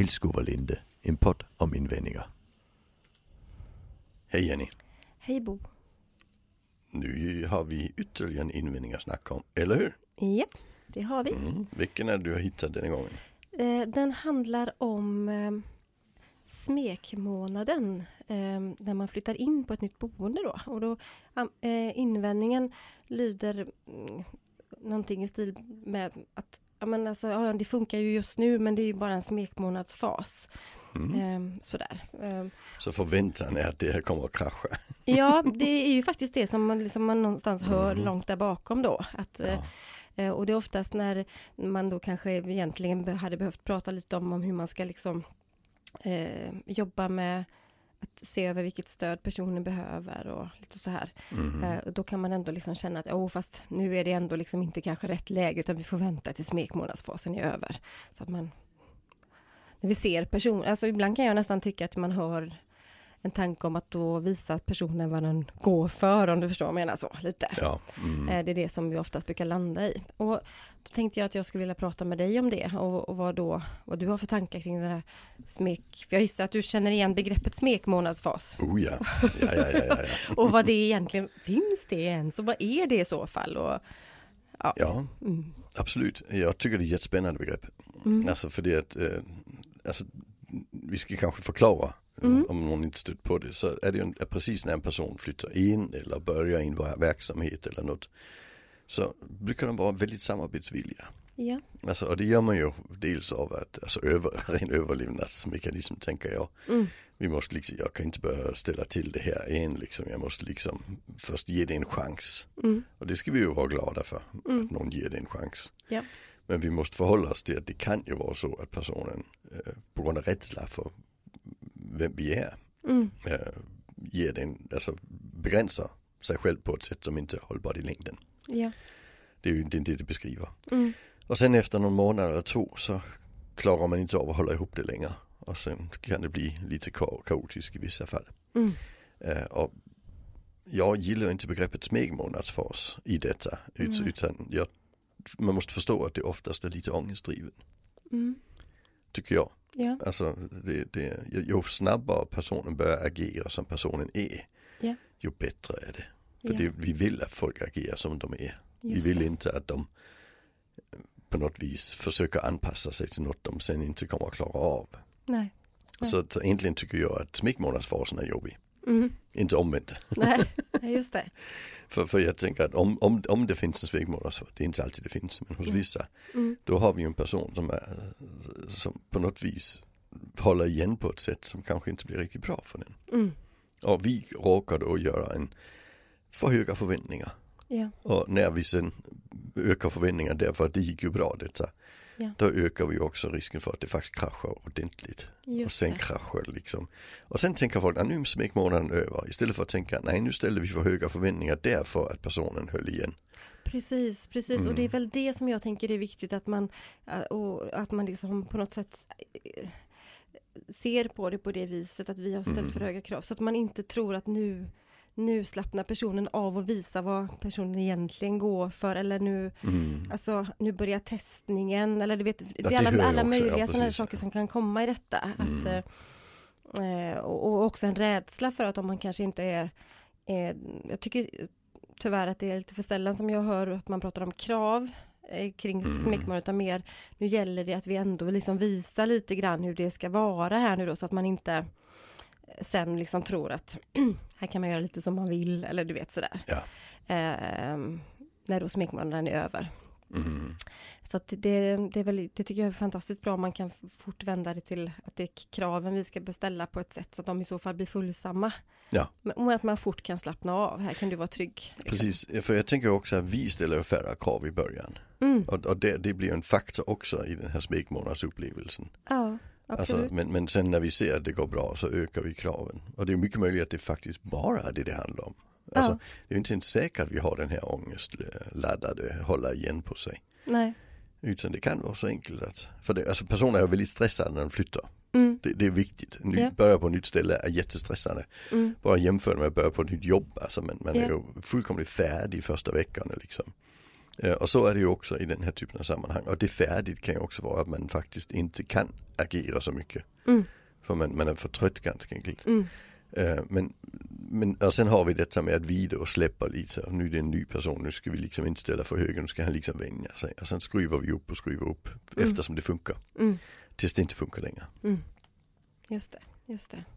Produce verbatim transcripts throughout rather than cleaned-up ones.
Vilskov och Linde, en podd om invändningar. Hej Jenny. Hej Bo. Nu har vi ytterligare en invändning att snacka om, eller hur? Ja, det har vi. Mm. Vilken är det du har hittat den gången? Eh, den handlar om eh, smekmånaden eh, när man flyttar in på ett nytt boende då. Och då eh, invändningen lyder mm, någonting i stil med att ja, men alltså, ja, det funkar ju just nu, men det är ju bara en smekmånadsfas. Mm. Eh, sådär. Eh, Så förväntan är att det här kommer att krascha. ja, det är ju faktiskt det som man, liksom man någonstans hör Mm. långt där bakom då. Att, Ja. eh, och det är oftast när man då kanske egentligen be- hade behövt prata lite om, om hur man ska liksom eh, jobba med att se över vilket stöd personen behöver och lite så här. Mm. Eh, och då kan man ändå liksom känna att oh, fast nu är det ändå liksom inte kanske rätt läge, utan vi får vänta till smekmånadsfasen är över. Så att man, när vi ser personer, alltså ibland kan jag nästan tycka att man hör en tanke om att då visa personen vad den går för, om du förstår vad jag menar så, lite. Ja. Mm. Eh, det är det som vi oftast brukar landa i. Och då tänkte jag att jag skulle vilja prata med dig om det och, och vad då, vad du har för tankar kring den här smek, för jag gissar att du känner igen begreppet smekmånadsfas. Oh ja. Ja, ja, ja, ja, ja. Och vad det egentligen, finns det ens? Och vad är det i så fall? Och, ja. Ja, Mm. absolut. Jag tycker det är ett jättespännande begrepp. Mm. Alltså för det att, eh, alltså, vi ska kanske förklara Mm. om någon inte stött på det, så är det ju precis när en person flyttar in eller börjar i en verksamhet eller något, så brukar de vara väldigt samarbetsvilliga. Ja. Alltså, och det gör man ju dels av att, alltså över, ren överlevnadsmekanism tänker jag. Mm. Vi måste liksom, jag kan inte börja ställa till det här än liksom, jag måste liksom först ge det en chans. Mm. Och det ska vi ju vara glada för, Mm. att någon ger det en chans. Ja. Men vi måste förhålla oss till att det kan ju vara så att personen eh, på grund av rädsla för vem vi är Mm. eh, ger den, alltså begränsar sig själv på ett sätt som inte är hållbart i längden. Ja. Det är ju inte det det beskriver. Mm. Och sen efter någon månad eller två så klarar man inte av att hålla ihop det längre. Och sen kan det bli lite ka- kaotiskt i vissa fall. Mm. Eh, och jag gillar inte begreppet smekmånadsfas i detta. Ut, Mm. Utan jag, man måste förstå att det oftast är lite ångestdriven. Mm. Tycker jag. Ja. Alltså det, det, ju snabbare personen börjar agera som personen är, Ja. ju bättre är det. För Ja. det, vi vill att folk agerar som de är. Just vi vill det. inte att de på något vis försöker anpassa sig till något de sen inte kommer att klara av. Nej. Nej. Så, så egentligen tycker jag att smekmånadsfasen är jobbig. Mm. Inte omvänt. Nej. Nej, just det. för, för jag tänker att om, om, om det finns en smekmånadsfas, det är inte alltid det finns, men hos Mm. vissa, Mm. då har vi ju en person som, är, som på något vis håller igen på ett sätt som kanske inte blir riktigt bra för den. Mm. Och vi råkar då göra en för höga förväntningar. Ja. Och när vi sen ökar förväntningar därför att det gick ju bra detta, Ja. då ökar vi också risken för att det faktiskt kraschar ordentligt. Just och sen det. kraschar det liksom. Och sen tänker folk, nu är smekmånaden över. Istället för att tänka, nej nu ställer vi för höga förväntningar därför att personen höll igen. Precis, precis. Mm. Och det är väl det som jag tänker är viktigt, att man, och att man liksom på något sätt ser på det på det viset, att vi har ställt Mm. för höga krav. Så att man inte tror att nu, nu slappnar personen av och visa vad personen egentligen går för. Eller nu, Mm. alltså, nu börjar testningen. Eller du vet, det det är alla, hör jag alla också, möjliga ja, sådana här precis. saker som kan komma i detta. Mm. Att, eh, och, och också en rädsla för att om man kanske inte är, är jag tycker tyvärr att det är lite för sällan som jag hör att man pratar om krav eh, kring Mm. smekmånad, utan mer nu gäller det att vi ändå liksom visar lite grann hur det ska vara här nu då, så att man inte sen liksom tror att här kan man göra lite som man vill, eller du vet sådär. Ja. Eh, när då smekmånaden är över. Mm. Så att det, det, är väl, det tycker jag är fantastiskt bra om man kan fort vända det till att det är kraven vi ska beställa på ett sätt så att de i så fall blir fullsamma. Ja. Men, och att man fort kan slappna av. Här kan du vara trygg. Liksom. Precis, för jag tänker också att vi ställer färre krav i början. Mm. Och, och det, det blir en faktor också i den här smekmånadsupplevelsen. Ja, absolut. Alltså, men, men sen när vi ser att det går bra så ökar vi kraven. Och det är mycket möjligt att det faktiskt bara är det det handlar om. Alltså, Ja. det är inte ens säkert att vi har den här ångestladdade hålla igen på sig. Nej. Utan det kan vara så enkelt att, för det, alltså personer är väldigt stressade när de flyttar. Mm. Det, det är viktigt. Ny, Ja. Börja på ett nytt ställe är jättestressande. Mm. Bara jämföra med att börja på ett nytt jobb. Alltså man, man Ja. är ju fullkomligt färdig första veckan liksom. Eh, och så är det ju också i den här typen av sammanhang. Och det färdigt kan ju också vara att man faktiskt inte kan agera så mycket. Mm. För man, man är för trött ganska enkelt. Mm. Eh, men, men, och sen har vi detta med att vila och släppa lite. Och nu är det en ny person, nu ska vi liksom inte ställa för höger, nu ska han liksom vänja sig. Och sen skruvar vi upp och skruvar upp Mm. eftersom det funkar. Mm. Tills det inte funkar längre. Mm. Just det, just det.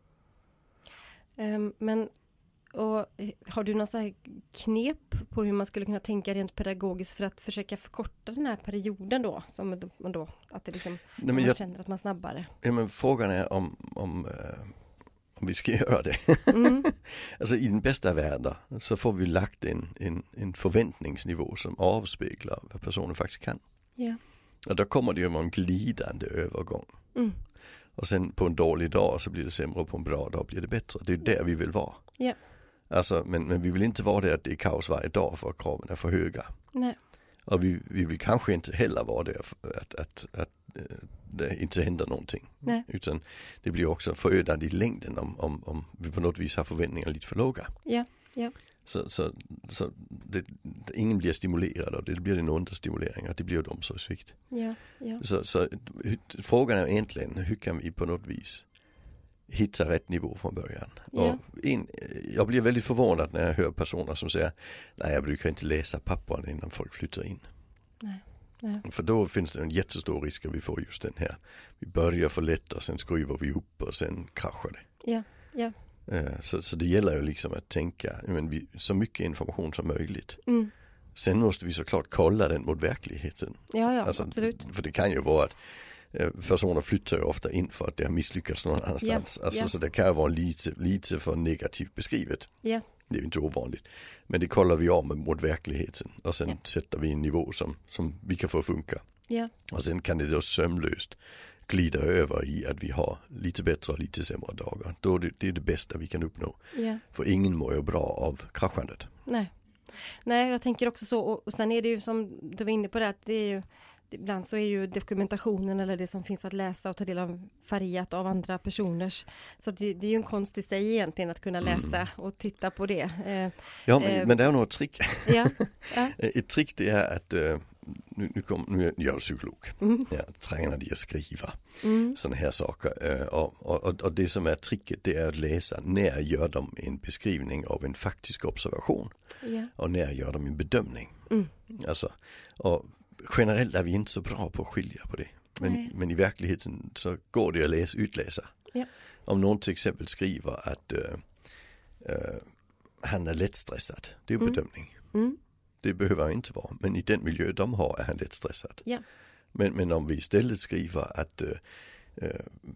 Um, men och, har du någon så här knep på hur man skulle kunna tänka rent pedagogiskt för att försöka förkorta den här perioden då? Som då att det liksom, Nej, man jag, känner att man snabbare. Ja, men frågan är om, om, eh, om vi ska göra det. Mm. Alltså i den bästa världen så får vi lagt en, en, en förväntningsnivå som avspeglar vad personen faktiskt kan. Ja. Och då kommer det ju vara en glidande övergång. Mm. Och sen på en dålig dag så blir det sämre och på en bra dag blir det bättre. Det är där vi vill vara. Ja. Alltså, men, men vi vill inte vara där att det är kaos varje dag för att kraven är för höga. Nej. Och vi, vi vill kanske inte heller vara där att, att, att det inte händer någonting. Nej. Utan det blir också förödande i längden om, om, om vi på något vis har förväntningar lite för låga. Ja, ja. Så, så, så det, ingen blir stimulerad och det blir en understimulering och det blir ett omsorgssvikt. Ja, ja. Så, så frågan är egentligen hur kan vi på något vis hitta rätt nivå från början. Ja. Och in, jag blir väldigt förvånad när jag hör personer som säger nej, jag brukar inte läsa papperna innan folk flyttar in. Nej. Nej. För då finns det en jättestor risk att vi får just den här. Vi börjar för lätt och sen skruvar vi upp och sen kraschar det. Ja, ja. Så, så det gäller ju liksom att tänka men vi, så mycket information som möjligt. Mm. Sen måste vi såklart kolla den mot verkligheten. Ja, ja, alltså, absolut. För det kan ju vara att eh, personer flyttar ju ofta in för att det har misslyckats någon annanstans. Ja, alltså, ja. Så det kan ju vara lite, lite för negativt beskrivet. Ja. Det är ju inte ovanligt. Men det kollar vi av mot verkligheten. Och sen Ja. sätter vi en nivå som, som vi kan få funka. Ja. Och sen kan det då sömlöst glida över i att vi har lite bättre och lite sämre dagar. Då är det, det är det bästa vi kan uppnå. Ja. För ingen mår ju bra av kraschandet. Nej. Nej, jag tänker också så. Och, och sen är det ju som du var inne på det att det är ju ibland så är ju dokumentationen eller det som finns att läsa och ta del av färgat av andra personers. Så det, det är ju en konst i sig egentligen att kunna läsa mm. och titta på det. Eh, ja, men, eh, men det är nog ett trick. Ja, ja. Ett trick det är att uh, nu, nu, kom, nu är jag psykolog. Mm. Jag tränar dig att skriva Mm. sådana här saker. Uh, och, och, och det som är tricket det är att läsa när gör de en beskrivning av en faktisk observation. Ja. Och när gör de en bedömning. Mm. Alltså, och generellt är vi inte så bra på att skilja på det. Men, men i verkligheten så går det att läsa, utläsa. Ja. Om någon till exempel skriver att uh, uh, han är lättstressad. Det är en Mm. bedömning. Mm. Det behöver han inte vara. Men i den miljö de har är han lättstressad. Ja. Men, men om vi istället skriver att uh, uh,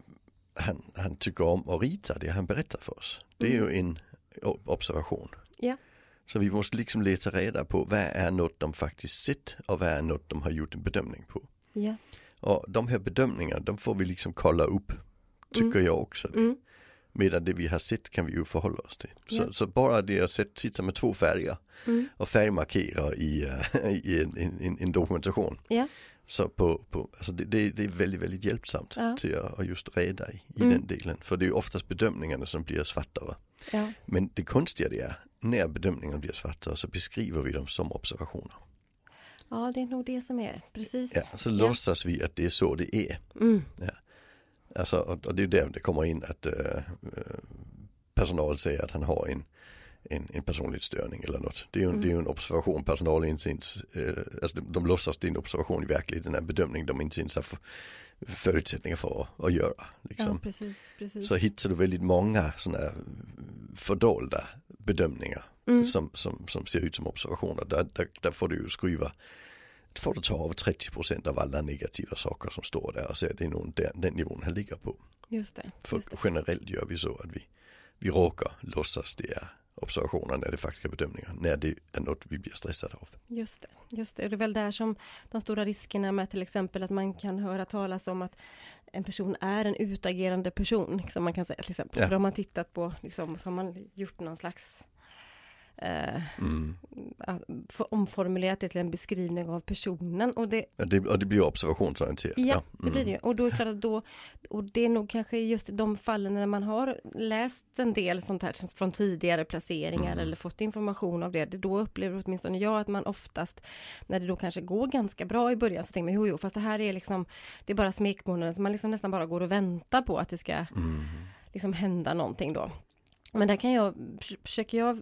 han, han tycker om att rita det han berättar för oss. Det är Mm. ju en observation. Ja. Så vi måste liksom leta reda på vad är något de faktiskt sett och vad är något de har gjort en bedömning på. Ja. Och de här bedömningarna, de får vi liksom kolla upp, tycker Mm. jag också. Mm. Medan det vi har sett kan vi ju förhålla oss till. Ja. Så, så bara det att sätta, sitta med två färger Mm. och färgmarkera i, uh, i en, en, en dokumentation. Ja. Så på, på, alltså det, det, det är väldigt, väldigt hjälpsamt Ja. till att, att just reda i, i Mm. den delen. För det är ju oftast bedömningarna som blir svartare. Ja. Men det konstiga det är, när bedömningarna blir svartare så beskriver vi dem som observationer. Ja, det är nog det som är. Precis. Ja, så Ja. låtsas vi att det är så det är. Mm. Ja. Alltså, och, och det är där det kommer in att uh, personal säger att han har en, en, en personlighetsstörning eller något. Det är ju en, Mm. det är ju en observation, personal inte ens, uh, alltså de, de låtsas det är en observation i verkligheten, en bedömning de inte ens har f- förutsättningar för att, att göra. Liksom. Ja, precis, precis. Så hittar du väldigt många sådana fördolda bedömningar Mm. som, som, som ser ut som observationer. Där, där, där får du ju skruva, får du ta av trettio procent av alla negativa saker som står där och säga att det är nog den, den nivån han ligger på. Just det. För Just det. generellt gör vi så att vi, vi råkar låtsas det är observationer när det är faktiska bedömningar, när det är något vi blir stressade av. Just det, just det. Och det är väl där som de stora riskerna med till exempel att man kan höra talas om att en person är en utagerande person, som man kan säga till exempel. Ja. För då har man tittat på, liksom, så har man gjort någon slags eh, mm. omformulerat det till en beskrivning av personen. Och det, ja, det, och det blir observationsorienterat. Ja, ja. Mm. det blir det. Och då är det klart att då, och det är nog kanske just de fallen när man har läst en del sånt här från tidigare placeringar mm. eller fått information av det, det då upplever åtminstone jag att man oftast, när det då kanske går ganska bra i början, så tänker man, jo, jo, fast det här är liksom, det är bara smekmånaden, så man liksom nästan bara går och väntar på att det ska mm. liksom hända någonting då. Men där kan jag, försöker jag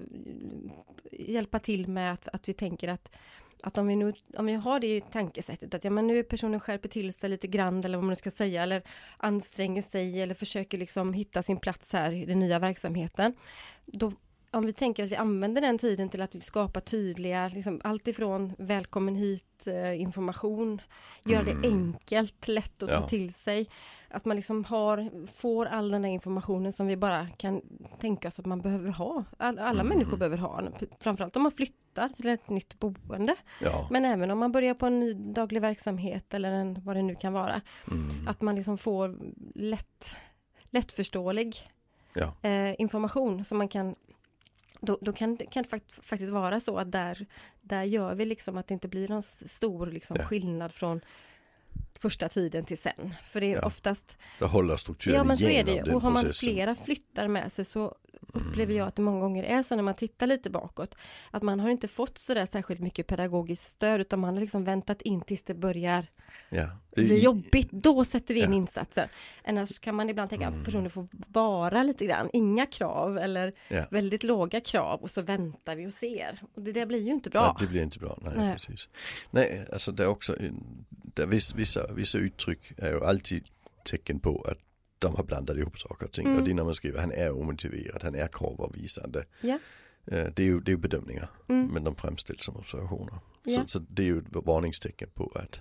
hjälpa till med att, att vi tänker att, att om vi nu om vi har det i tankesättet att ja, men nu är personen skärper till sig lite grann, eller vad man nu ska säga, eller anstränger sig eller försöker liksom hitta sin plats här i den nya verksamheten. Då, om vi tänker att vi använder den tiden till att vi skapar tydliga, liksom, allt ifrån välkommen hit eh, information, gör det enkelt, lätt att ta ja. till sig. Att man liksom har, får all den här informationen som vi bara kan tänka oss att man behöver ha. All, alla mm. människor behöver ha. Framförallt om man flyttar till ett nytt boende. Ja. Men även om man börjar på en ny daglig verksamhet eller en, vad det nu kan vara. Mm. Att man liksom får lätt, lättförståelig ja. eh, information som man kan. Då, då kan det kan fakt- faktiskt vara så att där, där gör vi liksom att det inte blir någon stor liksom, ja. skillnad från första tiden till sen. För det är ja. oftast... Det håller strukturen ja, men så är det. Den och har man processen. flera flyttar med sig så upplever jag att det många gånger är så när man tittar lite bakåt. Att man har inte fått så där särskilt mycket pedagogiskt stöd, utan man har liksom väntat in tills det börjar ja. det bli jobbigt. Då sätter vi in ja. insatsen. Annars kan man ibland tänka mm. att personer får vara lite grann. Inga krav eller ja. väldigt låga krav, och så väntar vi och ser. Och det där blir ju inte bra. Nej, det blir inte bra. Nej, Nej. precis. Nej, alltså det är också det är vissa, vissa, vissa uttryck är ju alltid tecken på att de har blandat ihop saker och ting. Mm. Och det är när man skriver, han är omotiverad, han är kravavvisande. Ja. Det är ju, det är ju bedömningar, mm. men de framställs som observationer. Ja. Så, så det är ju ett varningstecken på att,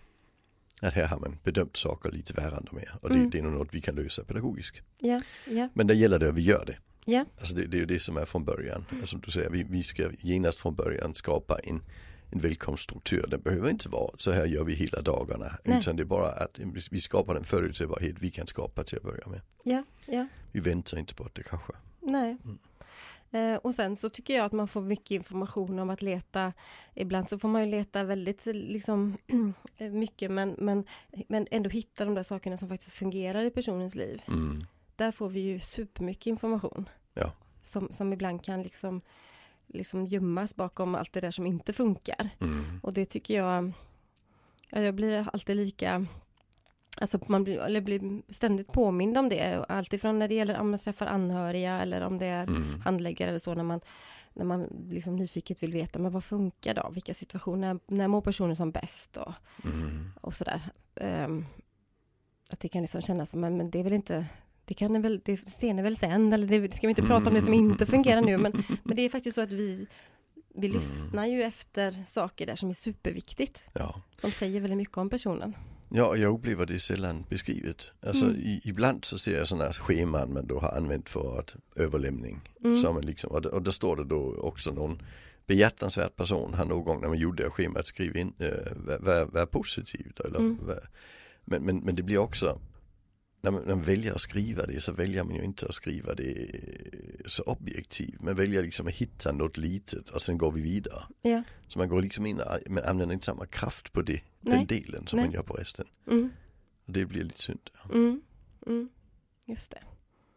att här har man bedömt saker lite värre än de är. Och det, mm. det är nog något vi kan lösa pedagogiskt. Ja. Ja. Men det gäller det att vi gör det. Ja. Alltså det, det är ju det som är från början. Mm. Som du säger, vi, vi ska genast från början skapa en en välkomststruktur. Den behöver inte vara så här gör vi hela dagarna. Nej. Utan det är bara att vi skapar den förutsägbarhet vi kan skapa till att börja med. Ja, ja. Vi väntar inte på att det kanske. Nej. Mm. Eh, och sen så tycker jag att man får mycket information om att leta. Ibland så får man ju leta väldigt liksom mycket, men, men, men ändå hitta de där sakerna som faktiskt fungerar i personens liv. Mm. Där får vi ju supermycket information. Ja. Som, som ibland kan liksom liksom gömmas bakom allt det där som inte funkar. Mm. Och det tycker jag, ja, jag blir alltid lika, alltså man blir, eller blir ständigt påmind om det. Alltifrån när det gäller om man träffar anhöriga eller om det är mm. handläggare eller så, när man, när man liksom nyfiket vill veta, men vad funkar då? Vilka situationer, när mår personer som bäst och, mm. och sådär. Um, att det kan liksom kännas som, men, men det är väl inte... Det kan väl, det ser ni väl sen, eller det ska vi inte prata om det som inte fungerar nu, men, men det är faktiskt så att vi, vi lyssnar ju efter saker där som är superviktigt. Ja. Som säger väldigt mycket om personen. Ja, jag upplever det sällan beskrivet. Alltså mm. i, ibland så ser jag sådana här scheman man då har använt för att överlämning. Mm. Så man liksom, och, och där står det då också någon behjärtansvärd person har någon gång när man gjorde det schemat skrivit in äh, vad, vad, vad är positivt. Eller, mm. vad, men, men, men det blir också När man, när man väljer att skriva det så väljer man ju inte att skriva det så objektivt. Man väljer liksom att hitta något litet och sen går vi vidare. Ja. Så man går liksom in och man använder inte samma kraft på det, den delen som Nej. man gör på resten. Mm. Och det blir lite synd. Mm. Mm. Just det.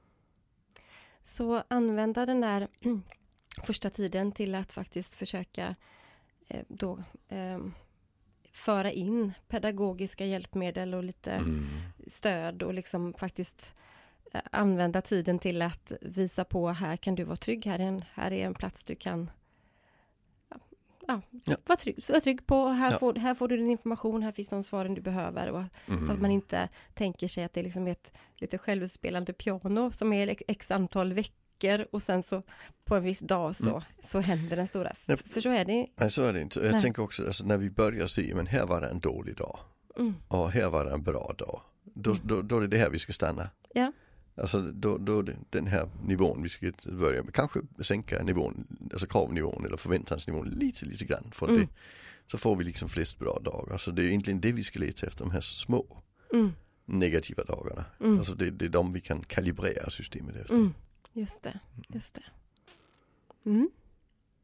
Så använda den där mm, första tiden till att faktiskt försöka eh, då... Eh, föra in pedagogiska hjälpmedel och lite mm. stöd och liksom faktiskt eh, använda tiden till att visa på, här kan du vara trygg, här är en, här är en plats du kan ja, ja. Vara, trygg, vara trygg på, här, ja. får, här får du din information, här finns de svaren du behöver, och, mm. så att man inte tänker sig att det är liksom ett lite självspelande piano som är x antal veckor och sen så på en viss dag så, mm. så händer den stora. Nej, för så är det. Nej, så är det inte. Jag Nej. tänker också, alltså, när vi börjar se, men här var det en dålig dag. Mm. Och här var det en bra dag. Då, mm. då, då är det det här vi ska stanna. Ja. Alltså då, då är det den här nivån vi ska börja med. Kanske sänka nivån, alltså kravnivån eller förväntansnivån lite, lite grann. Från mm. det. Så får vi liksom flest bra dagar. Så det är egentligen det vi ska leta efter, de här små mm. negativa dagarna. Mm. Alltså det, det är de vi kan kalibrera systemet efter. Mm. Just det, just det. Mm.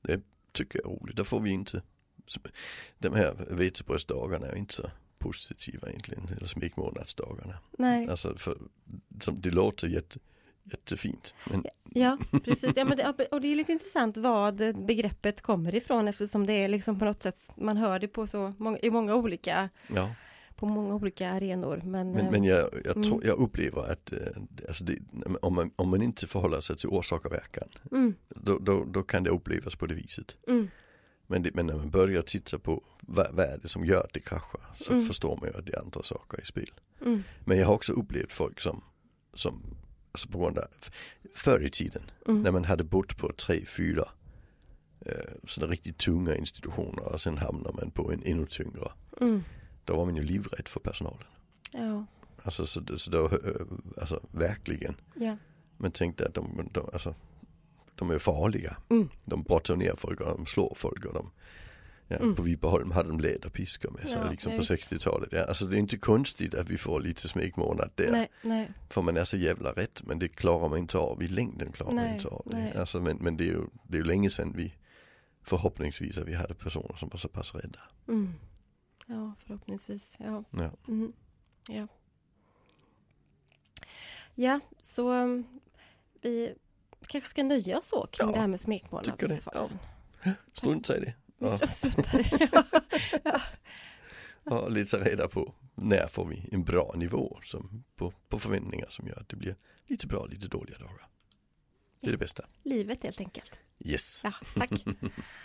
Det tycker jag är roligt. Där får vi inte, de här vetebrödsdagarna är inte så positiva egentligen, eller smekmånadsdagarna. Nej. Alltså för, som det låter jätte, jättefint. Men... Ja, precis. Ja, men det, och det är lite intressant vad begreppet kommer ifrån, eftersom det är liksom på något sätt, man hör det på så många, i många olika, ja. på många olika arenor. Men, men, men jag, jag, tror, mm. jag upplever att alltså det, om, man, om man inte förhåller sig till orsak och verkan, mm. då, då, då kan det upplevas på det viset. Mm. Men, det, men när man börjar titta på vad, vad är det som gör att det kraschar, så mm. förstår man ju att det är andra saker i spel. Mm. Men jag har också upplevt folk som, som alltså på grund av förr i tiden, mm. när man hade bott på tre, fyra eh, sådana riktigt tunga institutioner och sen hamnar man på en ännu tyngre. Mm. Då var man ju livrädd för personalen. Ja. Alltså, så, så då, alltså verkligen. Ja. Man tänkte att de, de, alltså, de är farliga. Mm. De brottar ner folk och de slår folk och de, ja, mm. på Viberholm hade de läderpiskor med sig, ja, liksom på sextiotalet. Ja, alltså det är inte konstigt att vi får lite smekmånad där. Nej, nej. För man är så jävla rätt, men det klarar man inte av. I längden klarar nej, man inte av det. Nej. Alltså, men men det, är ju, det är ju länge sedan vi förhoppningsvis att vi hade personer som var så pass rädda. Mm. Ja, förhoppningsvis. Ja. Ja. Mm. Ja. Ja, så um, vi kanske ska nöja oss så kring ja, det här med smekmånadsfasen. Ja. Strunta i det. Ja. Strunta i det. Ja. Ja, lite reda på när får vi en bra nivå som, på, på förväntningar som gör att det blir lite bra, lite dåliga dagar. Det är det bästa. Livet helt enkelt. Yes. Ja, tack.